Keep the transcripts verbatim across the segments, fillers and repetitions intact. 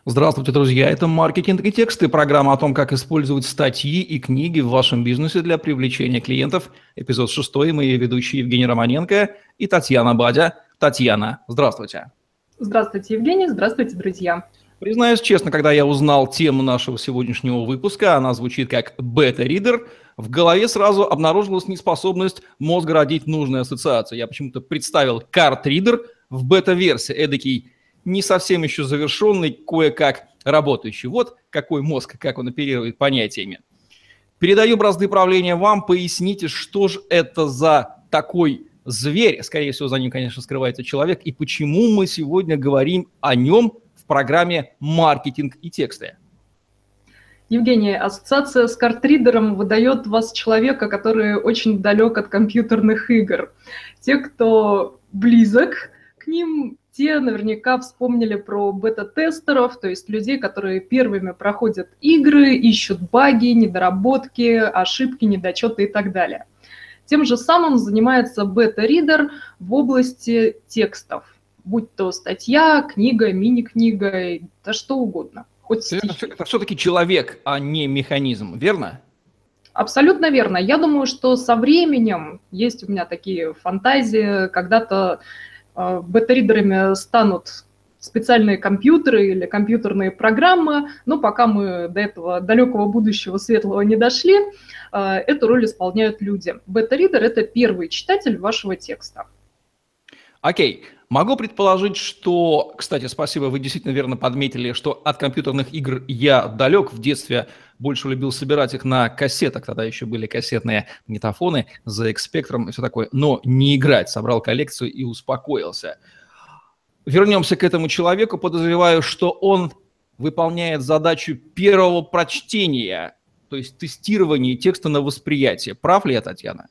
Здравствуйте, друзья! Это «Маркетинг и тексты», программа о том, как использовать статьи и книги в вашем бизнесе для привлечения клиентов. Эпизод шестой. Мы ведущие Евгений Романенко и Татьяна Бадя. Татьяна, здравствуйте. Здравствуйте, Евгений. Здравствуйте, друзья. Признаюсь честно, когда я узнал тему нашего сегодняшнего выпуска, она звучит как «бета-ридер», в голове сразу обнаружилась неспособность мозга родить нужные ассоциации. Я почему-то представил карт-ридер в бета-версии, эдакий не совсем еще завершенный, кое-как работающий. Вот какой мозг, как он оперирует понятиями. Передаю бразды правления вам. Поясните, что же это за такой зверь, скорее всего, за ним, конечно, скрывается человек, и почему мы сегодня говорим о нем в программе «Маркетинг и тексты». Евгений, ассоциация с картридером выдает вас человека, который очень далек от компьютерных игр. Те, кто близок к ним, те наверняка вспомнили про бета-тестеров, то есть людей, которые первыми проходят игры, ищут баги, недоработки, ошибки, недочеты и так далее. Тем же самым занимается бета-ридер в области текстов, будь то статья, книга, мини-книга, да что угодно. Хоть стихи. Это все-таки человек, а не механизм, верно? Абсолютно верно. Я думаю, что со временем, есть у меня такие фантазии, когда-то э, бета-ридерами станут специальные компьютеры или компьютерные программы, но пока мы до этого далекого будущего светлого не дошли, э, эту роль исполняют люди. Бета-ридер – это первый читатель вашего текста. Окей. Могу предположить, что, кстати, спасибо, вы действительно верно подметили, что от компьютерных игр я далек. В детстве больше любил собирать их на кассетах, тогда еще были кассетные магнитофоны, зэ икс Spectrum и все такое, но не играть. Собрал коллекцию и успокоился. Вернемся к этому человеку. Подозреваю, что он выполняет задачу первого прочтения, то есть тестирования текста на восприятие. Прав ли я, Татьяна?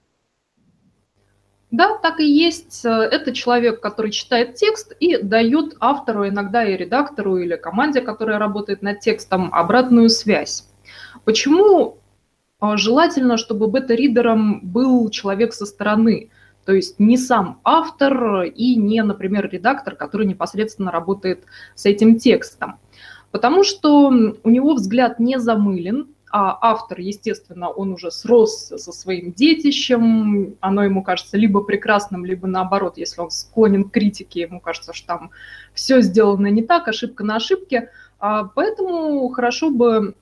Да, так и есть. Это человек, который читает текст и дает автору, иногда и редактору или команде, которая работает над текстом, обратную связь. Почему желательно, чтобы бета-ридером был человек со стороны? То есть не сам автор и не, например, редактор, который непосредственно работает с этим текстом. Потому что у него взгляд не замылен, а автор, естественно, он уже сросся со своим детищем, оно ему кажется либо прекрасным, либо наоборот, если он склонен к критике, ему кажется, что там все сделано не так, ошибка на ошибке. Поэтому хорошо бы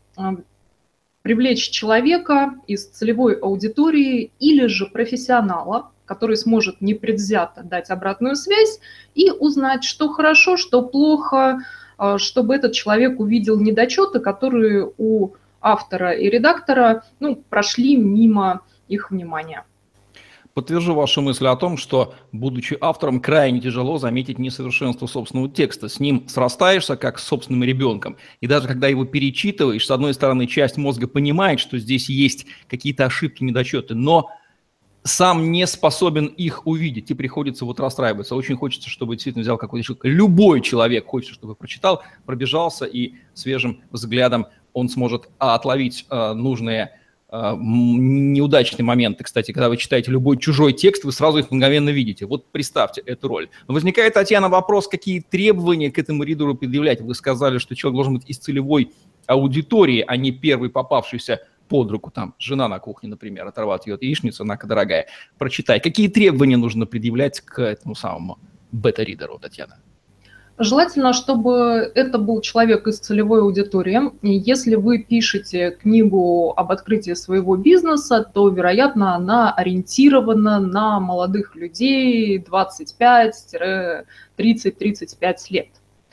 привлечь человека из целевой аудитории или же профессионала, который сможет непредвзято дать обратную связь и узнать, что хорошо, что плохо, чтобы этот человек увидел недочеты, которые у автора и редактора ну, прошли мимо их внимания. Подтвержу вашу мысль о том, что, будучи автором, крайне тяжело заметить несовершенство собственного текста. С ним срастаешься, как с собственным ребенком. И даже когда его перечитываешь, с одной стороны, часть мозга понимает, что здесь есть какие-то ошибки, недочеты, но сам не способен их увидеть, и приходится вот расстраиваться. Очень хочется, чтобы действительно взял какой-то человек. Любой человек хочет, чтобы прочитал, пробежался, и свежим взглядом он сможет а, отловить а, нужные а, неудачные моменты. Кстати, когда вы читаете любой чужой текст, вы сразу их мгновенно видите. Вот представьте эту роль. Возникает, Татьяна, вопрос, какие требования к этому ридеру предъявлять. Вы сказали, что человек должен быть из целевой аудитории, а не первый попавшийся под руку, там, жена на кухне, например, оторвать ее от яичницы, на-ка, дорогая, прочитай. Какие требования нужно предъявлять к этому самому бета-ридеру, Татьяна? Желательно, чтобы это был человек из целевой аудитории. И если вы пишете книгу об открытии своего бизнеса, то, вероятно, она ориентирована на молодых людей двадцать пять - тридцать - тридцать пять лет.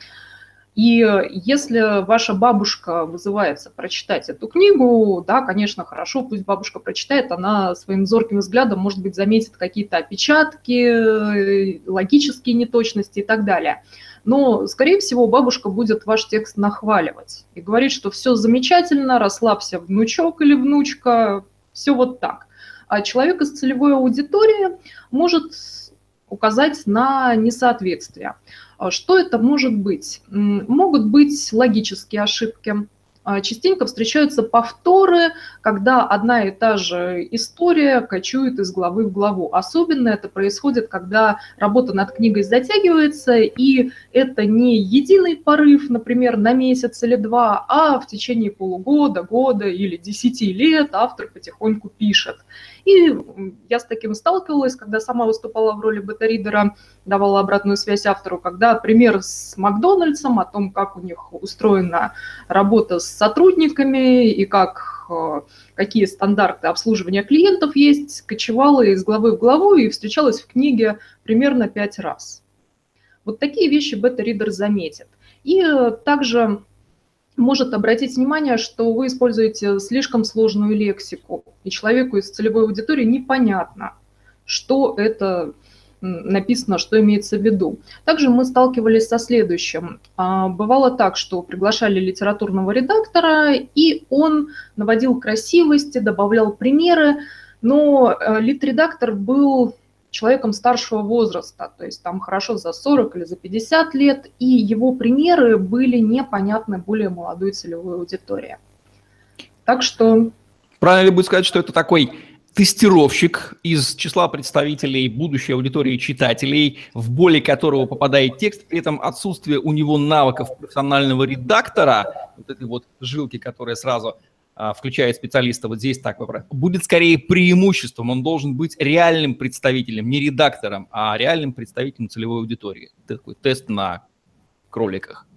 И если ваша бабушка вызывается прочитать эту книгу, да, конечно, хорошо, пусть бабушка прочитает, она своим зорким взглядом, может быть, заметит какие-то опечатки, логические неточности и так далее. Но, скорее всего, бабушка будет ваш текст нахваливать и говорит, что все замечательно, расслабься, внучок или внучка, все вот так. А человек из целевой аудитории может указать на несоответствие. Что это может быть? Могут быть логические ошибки, частенько встречаются повторы, когда одна и та же история кочует из главы в главу. Особенно это происходит, когда работа над книгой затягивается, и это не единый порыв, например, на месяц или два, а в течение полугода, года или десяти лет автор потихоньку пишет. И я с таким сталкивалась, когда сама выступала в роли бета-ридера, давала обратную связь автору, когда пример с Макдональдсом, о том, как у них устроена работа с сотрудниками и как, какие стандарты обслуживания клиентов есть, кочевала из главы в главу и встречалась в книге примерно пять раз. Вот такие вещи бета-ридер заметит. И также может обратить внимание, что вы используете слишком сложную лексику, и человеку из целевой аудитории непонятно, что это написано, что имеется в виду. Также мы сталкивались со следующим. Бывало так, что приглашали литературного редактора, и он наводил красивости, добавлял примеры, но лит-редактор был человеком старшего возраста, то есть там хорошо за сорок или за пятьдесят лет, и его примеры были непонятны более молодой целевой аудитории. Так что... Правильно ли будет сказать, что это такой тестировщик из числа представителей будущей аудитории читателей, в боли которого попадает текст, при этом отсутствие у него навыков профессионального редактора, вот этой вот жилки, которая сразу а, включает специалиста, вот здесь так, будет скорее преимуществом. Он должен быть реальным представителем, не редактором, а реальным представителем целевой аудитории. Такой тест на кроликах.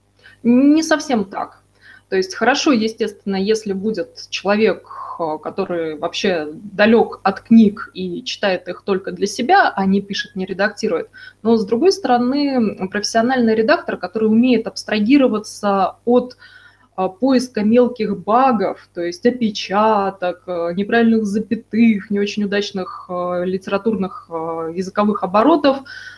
Не совсем так. То есть хорошо, естественно, если будет человек, который вообще далек от книг и читает их только для себя, а не пишет, не редактирует. Но, с другой стороны, профессиональный редактор, который умеет абстрагироваться от поиска мелких багов, то есть опечаток, неправильных запятых, не очень удачных литературных языковых оборотов,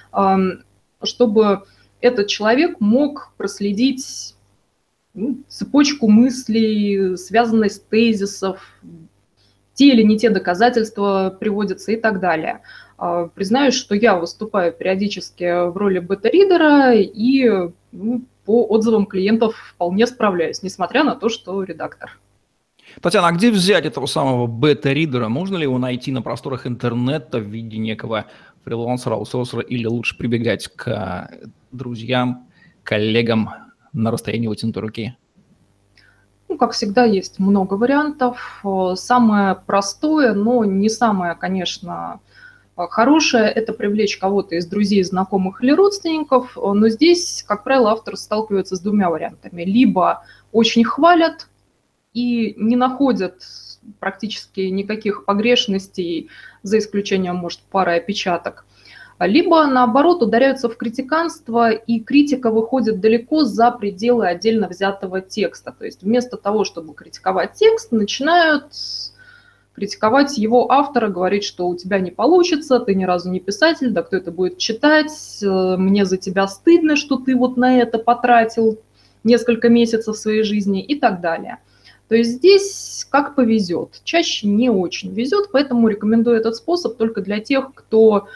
чтобы этот человек мог проследить ну, цепочку мыслей, связанность тезисов, те или не те доказательства приводятся и так далее. Признаюсь, что я выступаю периодически в роли бета-ридера и ну, по отзывам клиентов вполне справляюсь, несмотря на то, что редактор. Татьяна, а где взять этого самого бета-ридера? Можно ли его найти на просторах интернета в виде некого фрилансера, аутсорсера, или лучше прибегать к друзьям, коллегам на расстоянии вытянутой руки? Ну, как всегда, есть много вариантов. Самое простое, но не самое, конечно, хорошее – это привлечь кого-то из друзей, знакомых или родственников. Но здесь, как правило, автор сталкивается с двумя вариантами. Либо очень хвалят и не находят практически никаких погрешностей, за исключением, может, пары опечаток. Либо, наоборот, ударяются в критиканство, и критика выходит далеко за пределы отдельно взятого текста. То есть вместо того, чтобы критиковать текст, начинают критиковать его автора, говорить, что у тебя не получится, ты ни разу не писатель, да кто это будет читать, мне за тебя стыдно, что ты вот на это потратил несколько месяцев своей жизни и так далее. То есть здесь как повезет. Чаще не очень везет, поэтому рекомендую этот способ только для тех, кто...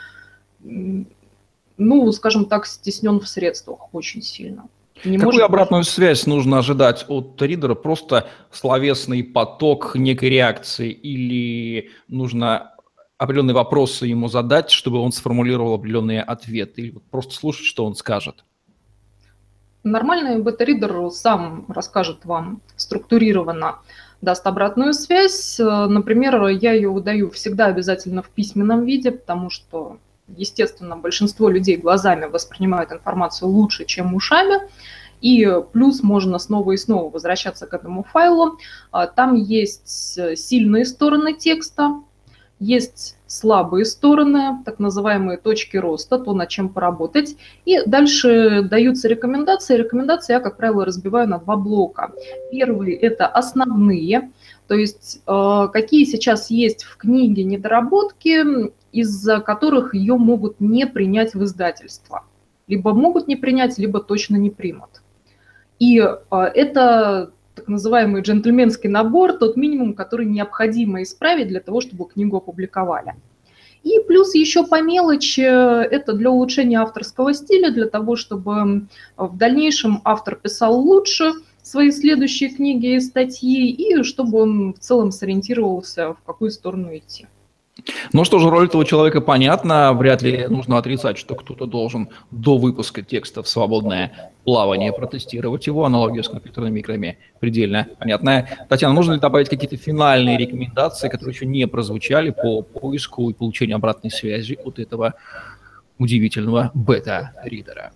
ну, скажем так, стеснен в средствах очень сильно. Не Какую может... обратную связь нужно ожидать от ридера? Просто словесный поток некой реакции или нужно определенные вопросы ему задать, чтобы он сформулировал определенные ответы? Или просто слушать, что он скажет? Нормальный бета-ридер сам расскажет вам структурированно, даст обратную связь. Например, я ее выдаю всегда обязательно в письменном виде, потому что естественно, большинство людей глазами воспринимают информацию лучше, чем ушами. И плюс можно снова и снова возвращаться к этому файлу. Там есть сильные стороны текста, есть слабые стороны, так называемые точки роста, то, над чем поработать. И дальше даются рекомендации. Рекомендации я, как правило, разбиваю на два блока. Первый – это основные, то есть какие сейчас есть в книге недоработки, из-за которых ее могут не принять в издательство. Либо могут не принять, либо точно не примут. И это так называемый джентльменский набор, тот минимум, который необходимо исправить для того, чтобы книгу опубликовали. И плюс еще по мелочи, это для улучшения авторского стиля, для того, чтобы в дальнейшем автор писал лучше, свои следующие книги и статьи, и чтобы он в целом сориентировался, в какую сторону идти. Ну что же, роль этого человека понятна. Вряд ли нужно отрицать, что кто-то должен до выпуска текста в свободное плавание протестировать его. Аналогия с компьютерными играми предельно понятная. Татьяна, нужно ли добавить какие-то финальные рекомендации, которые еще не прозвучали по поиску и получению обратной связи от этого удивительного бета-ридера?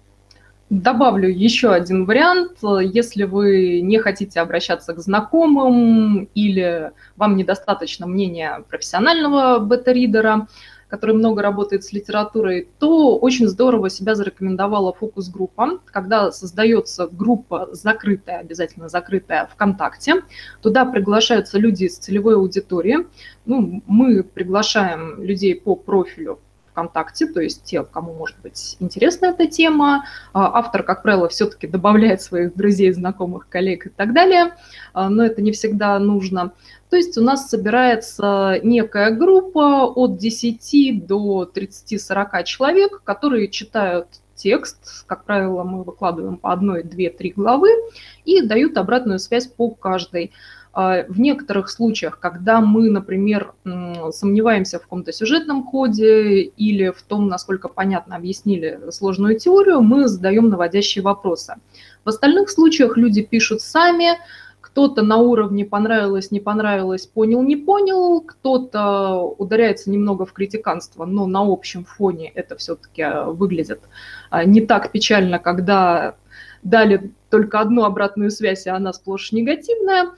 Добавлю еще один вариант. Если вы не хотите обращаться к знакомым или вам недостаточно мнения профессионального бета-ридера, который много работает с литературой, то очень здорово себя зарекомендовала фокус-группа. Когда создается группа закрытая, обязательно закрытая ВКонтакте, туда приглашаются люди из целевой аудитории. Ну, мы приглашаем людей по профилю ВКонтакте, то есть те, кому может быть интересна эта тема. Автор, как правило, все-таки добавляет своих друзей, знакомых, коллег и так далее, но это не всегда нужно. То есть у нас собирается некая группа от десяти до тридцати-сорока человек, которые читают текст, как правило, мы выкладываем по одной, две, три главы и дают обратную связь по каждой. В некоторых случаях, когда мы, например, сомневаемся в каком-то сюжетном ходе или в том, насколько понятно объяснили сложную теорию, мы задаем наводящие вопросы. В остальных случаях люди пишут сами, кто-то на уровне понравилось, не понравилось, понял, не понял, кто-то ударяется немного в критиканство, но на общем фоне это все-таки выглядит не так печально, когда дали только одну обратную связь, и она сплошь негативная.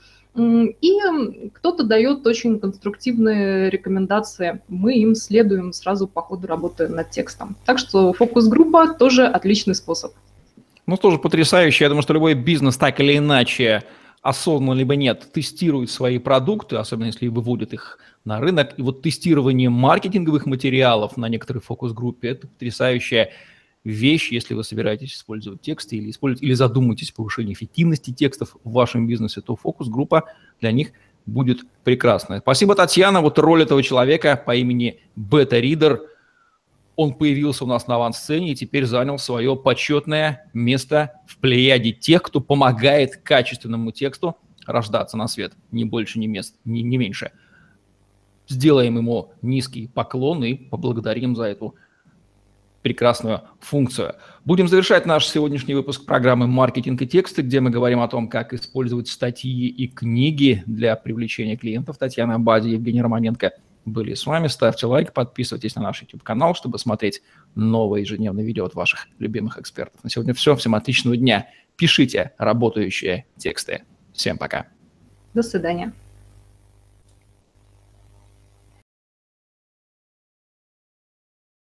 И кто-то дает очень конструктивные рекомендации. Мы им следуем сразу по ходу работы над текстом. Так что фокус-группа тоже отличный способ. Ну, тоже потрясающе. Я думаю, что любой бизнес так или иначе, осознанно либо нет, тестирует свои продукты, особенно если выводит их на рынок. И вот тестирование маркетинговых материалов на некоторой фокус-группе – это потрясающая вещь, если вы собираетесь использовать тексты или, использовать, или задумаетесь о повышении эффективности текстов в вашем бизнесе, то фокус-группа для них будет прекрасная. Спасибо, Татьяна. Вот роль этого человека по имени бета-ридер, он появился у нас на авансцене и теперь занял свое почетное место в плеяде тех, кто помогает качественному тексту рождаться на свет. Ни больше, ни, мест, ни, ни меньше. Сделаем ему низкий поклон и поблагодарим за эту прекрасную функцию. Будем завершать наш сегодняшний выпуск программы «Маркетинг и тексты», где мы говорим о том, как использовать статьи и книги для привлечения клиентов. Татьяна Бади и Евгений Романенко были с вами. Ставьте лайк, подписывайтесь на наш YouTube-канал, чтобы смотреть новые ежедневные видео от ваших любимых экспертов. На сегодня все. Всем отличного дня. Пишите работающие тексты. Всем пока. До свидания.